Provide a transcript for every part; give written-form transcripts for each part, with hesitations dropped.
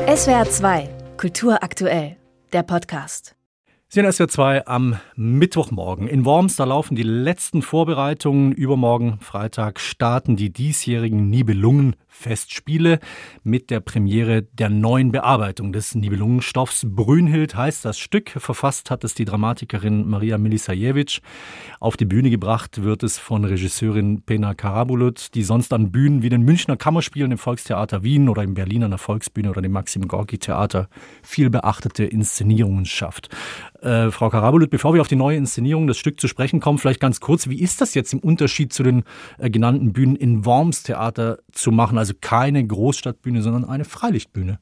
SWR 2, Kultur aktuell, der Podcast. Sie sind SWR 2 am Mittwochmorgen. In Worms, da laufen die letzten Vorbereitungen. Übermorgen, Freitag, starten die diesjährigen Nibelungen-Festspiele mit der Premiere der neuen Bearbeitung des Nibelungenstoffs. Brünnhild heißt das Stück. Verfasst hat es die Dramatikerin Maria Milisajevic. Auf die Bühne gebracht wird es von Regisseurin Pena Karabulut, die sonst an Bühnen wie den Münchner Kammerspielen im Volkstheater Wien oder im Berliner an der Volksbühne oder dem Maxim-Gorki-Theater viel beachtete Inszenierungen schafft. Frau Karabulut, bevor wir auf die neue Inszenierung, das Stück zu sprechen kommen, vielleicht ganz kurz, wie ist das jetzt im Unterschied zu den genannten Bühnen in Worms Theater zu machen? Also keine Großstadtbühne, sondern eine Freilichtbühne.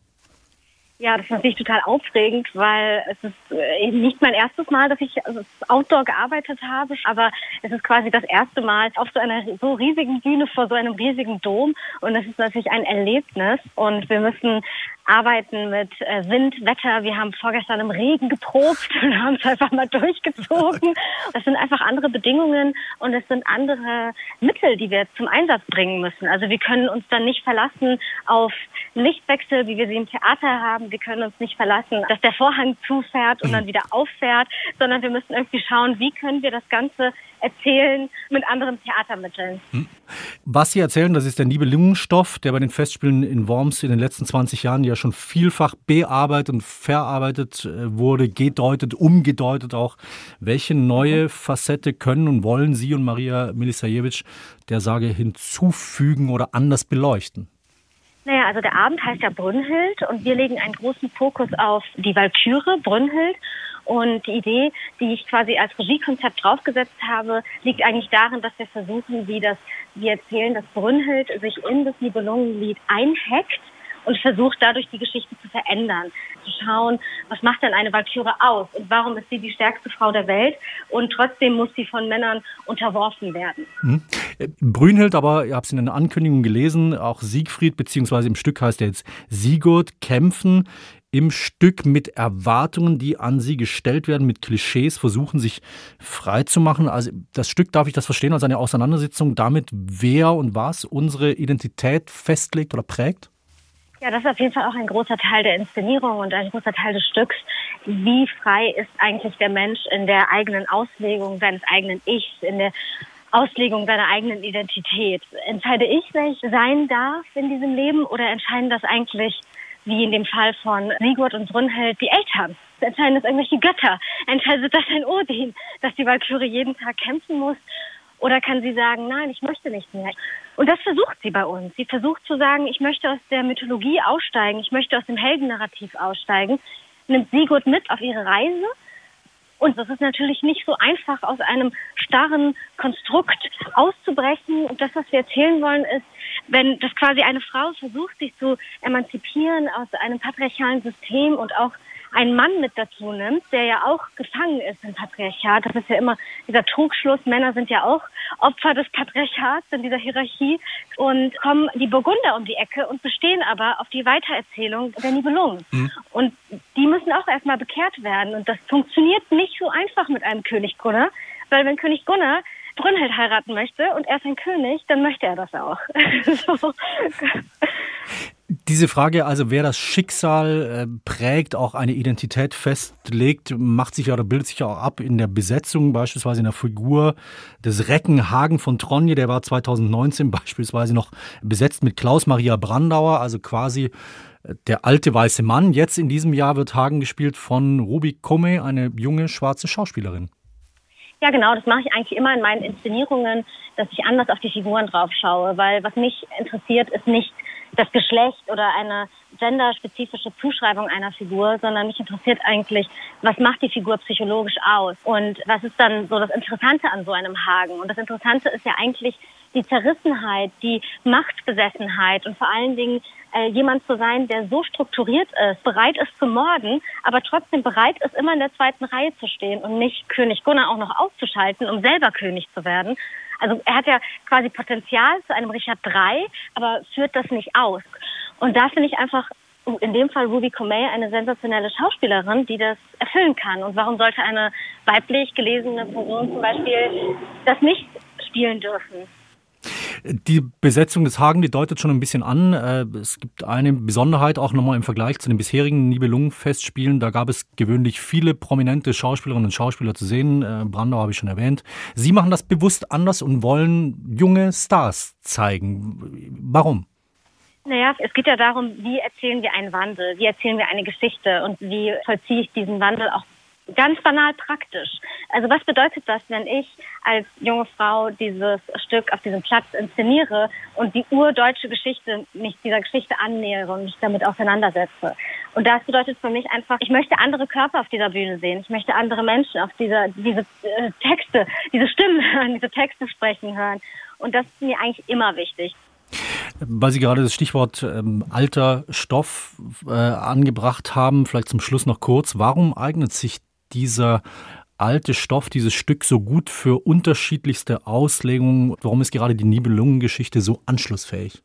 Ja, das ist natürlich total aufregend, weil es ist eben nicht mein erstes Mal, dass ich Outdoor gearbeitet habe, aber es ist quasi das erste Mal auf so einer so riesigen Bühne vor so einem riesigen Dom und es ist natürlich ein Erlebnis und wir müssen arbeiten mit Wind, Wetter. Wir haben vorgestern im Regen geprobt und haben es einfach mal durchgezogen. Es sind einfach andere Bedingungen und es sind andere Mittel, die wir zum Einsatz bringen müssen. Also wir können uns dann nicht verlassen auf Lichtwechsel, wie wir sie im Theater haben. Wir können uns nicht verlassen, dass der Vorhang zufährt und dann wieder auffährt, sondern wir müssen irgendwie schauen, wie können wir das Ganze erzählen mit anderen Theatermitteln. Was Sie erzählen, das ist der Nibelungenstoff, der bei den Festspielen in Worms in den letzten 20 Jahren ja schon vielfach bearbeitet und verarbeitet wurde, gedeutet, umgedeutet auch. Welche neue Facette können und wollen Sie und Maria Milisajevic der Sage hinzufügen oder anders beleuchten? Naja, also der Abend heißt ja Brünnhild und wir legen einen großen Fokus auf die Walküre Brünnhild. Und die Idee, die ich quasi als Regiekonzept draufgesetzt habe, liegt eigentlich darin, dass wir versuchen, wir erzählen, dass Brünnhild sich in das Nibelungenlied einhackt und versucht, dadurch die Geschichte zu verändern. Zu schauen, was macht denn eine Walküre aus und warum ist sie die stärkste Frau der Welt und trotzdem muss sie von Männern unterworfen werden. Brünnhild, aber ihr habt es in der Ankündigung gelesen, auch Siegfried, beziehungsweise im Stück heißt er jetzt Sigurd, kämpfen im Stück mit Erwartungen, die an sie gestellt werden, mit Klischees, versuchen sich frei zu machen. Also das Stück, darf ich das verstehen, als eine Auseinandersetzung damit, wer und was unsere Identität festlegt oder prägt? Ja, das ist auf jeden Fall auch ein großer Teil der Inszenierung und ein großer Teil des Stücks. Wie frei ist eigentlich der Mensch in der eigenen Auslegung seines eigenen Ichs, in der Auslegung seiner eigenen Identität? Entscheide ich, wer ich sein darf in diesem Leben oder entscheiden das eigentlich, wie in dem Fall von Sigurd und Brünnhild, die Eltern? Entscheiden das irgendwelche Götter? Entscheidet das ein Odin, dass die Walküre jeden Tag kämpfen muss? Oder kann sie sagen, nein, ich möchte nicht mehr? Und das versucht sie bei uns. Sie versucht zu sagen, ich möchte aus der Mythologie aussteigen, ich möchte aus dem Heldennarrativ aussteigen, nimmt Sigurd mit auf ihre Reise. Und das ist natürlich nicht so einfach, aus einem starren Konstrukt auszubrechen. Und das, was wir erzählen wollen, ist, wenn das quasi eine Frau versucht, sich zu emanzipieren aus einem patriarchalen System und auch einen Mann mit dazu nimmt, der ja auch gefangen ist im Patriarchat. Das ist ja immer dieser Trugschluss. Männer sind ja auch Opfer des Patriarchats in dieser Hierarchie und kommen die Burgunder um die Ecke und bestehen aber auf die Weitererzählung der Nibelungen. Und die müssen auch erstmal bekehrt werden. Und das funktioniert nicht so einfach mit einem König Gunnar, weil wenn König Gunnar Brünnhild heiraten möchte und er ist ein König, dann möchte er das auch. So. Diese Frage, also wer das Schicksal prägt, auch eine Identität festlegt, macht sich ja oder bildet sich ja auch ab in der Besetzung, beispielsweise in der Figur des Recken Hagen von Tronje, der war 2019 beispielsweise noch besetzt mit Klaus Maria Brandauer, also quasi der alte weiße Mann. Jetzt in diesem Jahr wird Hagen gespielt von Ruby Kome, eine junge schwarze Schauspielerin. Ja, genau, das mache ich eigentlich immer in meinen Inszenierungen, dass ich anders auf die Figuren drauf schaue, weil was mich interessiert, ist nicht das Geschlecht oder eine genderspezifische Zuschreibung einer Figur, sondern mich interessiert eigentlich, was macht die Figur psychologisch aus und was ist dann so das Interessante an so einem Hagen. Und das Interessante ist ja eigentlich die Zerrissenheit, die Machtbesessenheit und vor allen Dingen jemand zu sein, der so strukturiert ist, bereit ist zu morden, aber trotzdem bereit ist, immer in der zweiten Reihe zu stehen und nicht König Gunnar auch noch auszuschalten, um selber König zu werden. Also er hat ja quasi Potenzial zu einem Richard III, aber führt das nicht aus. Und da finde ich einfach in dem Fall Ruby Kome eine sensationelle Schauspielerin, die das erfüllen kann. Und warum sollte eine weiblich gelesene Person zum Beispiel das nicht spielen dürfen? Die Besetzung des Hagen, die deutet schon ein bisschen an. Es gibt eine Besonderheit auch nochmal im Vergleich zu den bisherigen Nibelungen-Festspielen. Da gab es gewöhnlich viele prominente Schauspielerinnen und Schauspieler zu sehen. Brandauer habe ich schon erwähnt. Sie machen das bewusst anders und wollen junge Stars zeigen. Warum? Naja, es geht ja darum, wie erzählen wir einen Wandel, wie erzählen wir eine Geschichte und wie vollziehe ich diesen Wandel auch ganz banal praktisch. Also was bedeutet das, wenn ich als junge Frau dieses Stück auf diesem Platz inszeniere und die urdeutsche Geschichte, mich dieser Geschichte annähere und mich damit auseinandersetze? Und das bedeutet für mich einfach, ich möchte andere Körper auf dieser Bühne sehen. Ich möchte andere Menschen auf diese Texte, diese Stimmen hören, diese Texte sprechen hören. Und das ist mir eigentlich immer wichtig. Weil Sie gerade das Stichwort alter Stoff angebracht haben, vielleicht zum Schluss noch kurz. Warum eignet sich dieser alte Stoff, dieses Stück so gut für unterschiedlichste Auslegungen? Warum ist gerade die Nibelungengeschichte so anschlussfähig?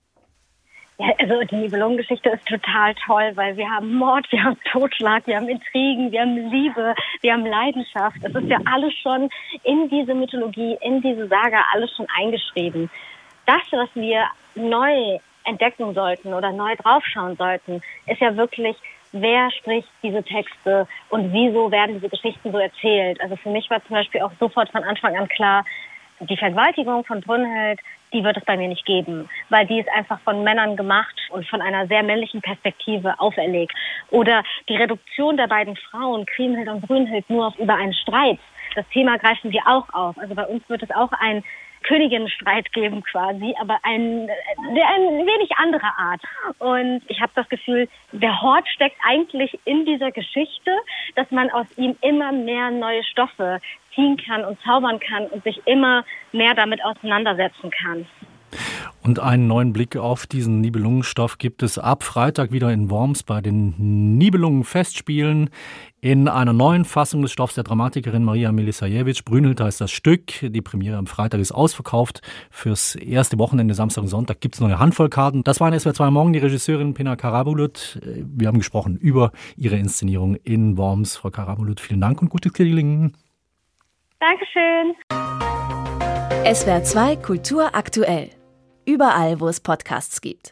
Ja, also die Nibelungengeschichte ist total toll, weil wir haben Mord, wir haben Totschlag, wir haben Intrigen, wir haben Liebe, wir haben Leidenschaft. Es ist ja alles schon in diese Mythologie, in diese Saga, alles schon eingeschrieben. Das, was wir neu entdecken sollten oder neu draufschauen sollten, ist ja wirklich, wer spricht diese Texte und wieso werden diese Geschichten so erzählt. Also für mich war zum Beispiel auch sofort von Anfang an klar, die Vergewaltigung von Brünnhild, die wird es bei mir nicht geben, weil die ist einfach von Männern gemacht und von einer sehr männlichen Perspektive auferlegt. Oder die Reduktion der beiden Frauen, Kriemhild und Brünnhild, nur über einen Streit. Das Thema greifen wir auch auf. Also bei uns wird es auch ein Königinnenstreit geben quasi, aber eine wenig andere Art. Und ich habe das Gefühl, der Hort steckt eigentlich in dieser Geschichte, dass man aus ihm immer mehr neue Stoffe ziehen kann und zaubern kann und sich immer mehr damit auseinandersetzen kann. Und einen neuen Blick auf diesen Nibelungenstoff gibt es ab Freitag wieder in Worms bei den Nibelungen-Festspielen in einer neuen Fassung des Stoffs der Dramatikerin Maria Milisajewitsch. Brünnhild heißt das Stück. Die Premiere am Freitag ist ausverkauft. Fürs erste Wochenende, Samstag und Sonntag, gibt es noch eine Handvoll Karten. Das war in SWR 2 Morgen die Regisseurin Pina Karabulut. Wir haben gesprochen über ihre Inszenierung in Worms. Frau Karabulut, vielen Dank und gutes Gelingen. Dankeschön. SWR 2 Kultur aktuell. Überall, wo es Podcasts gibt.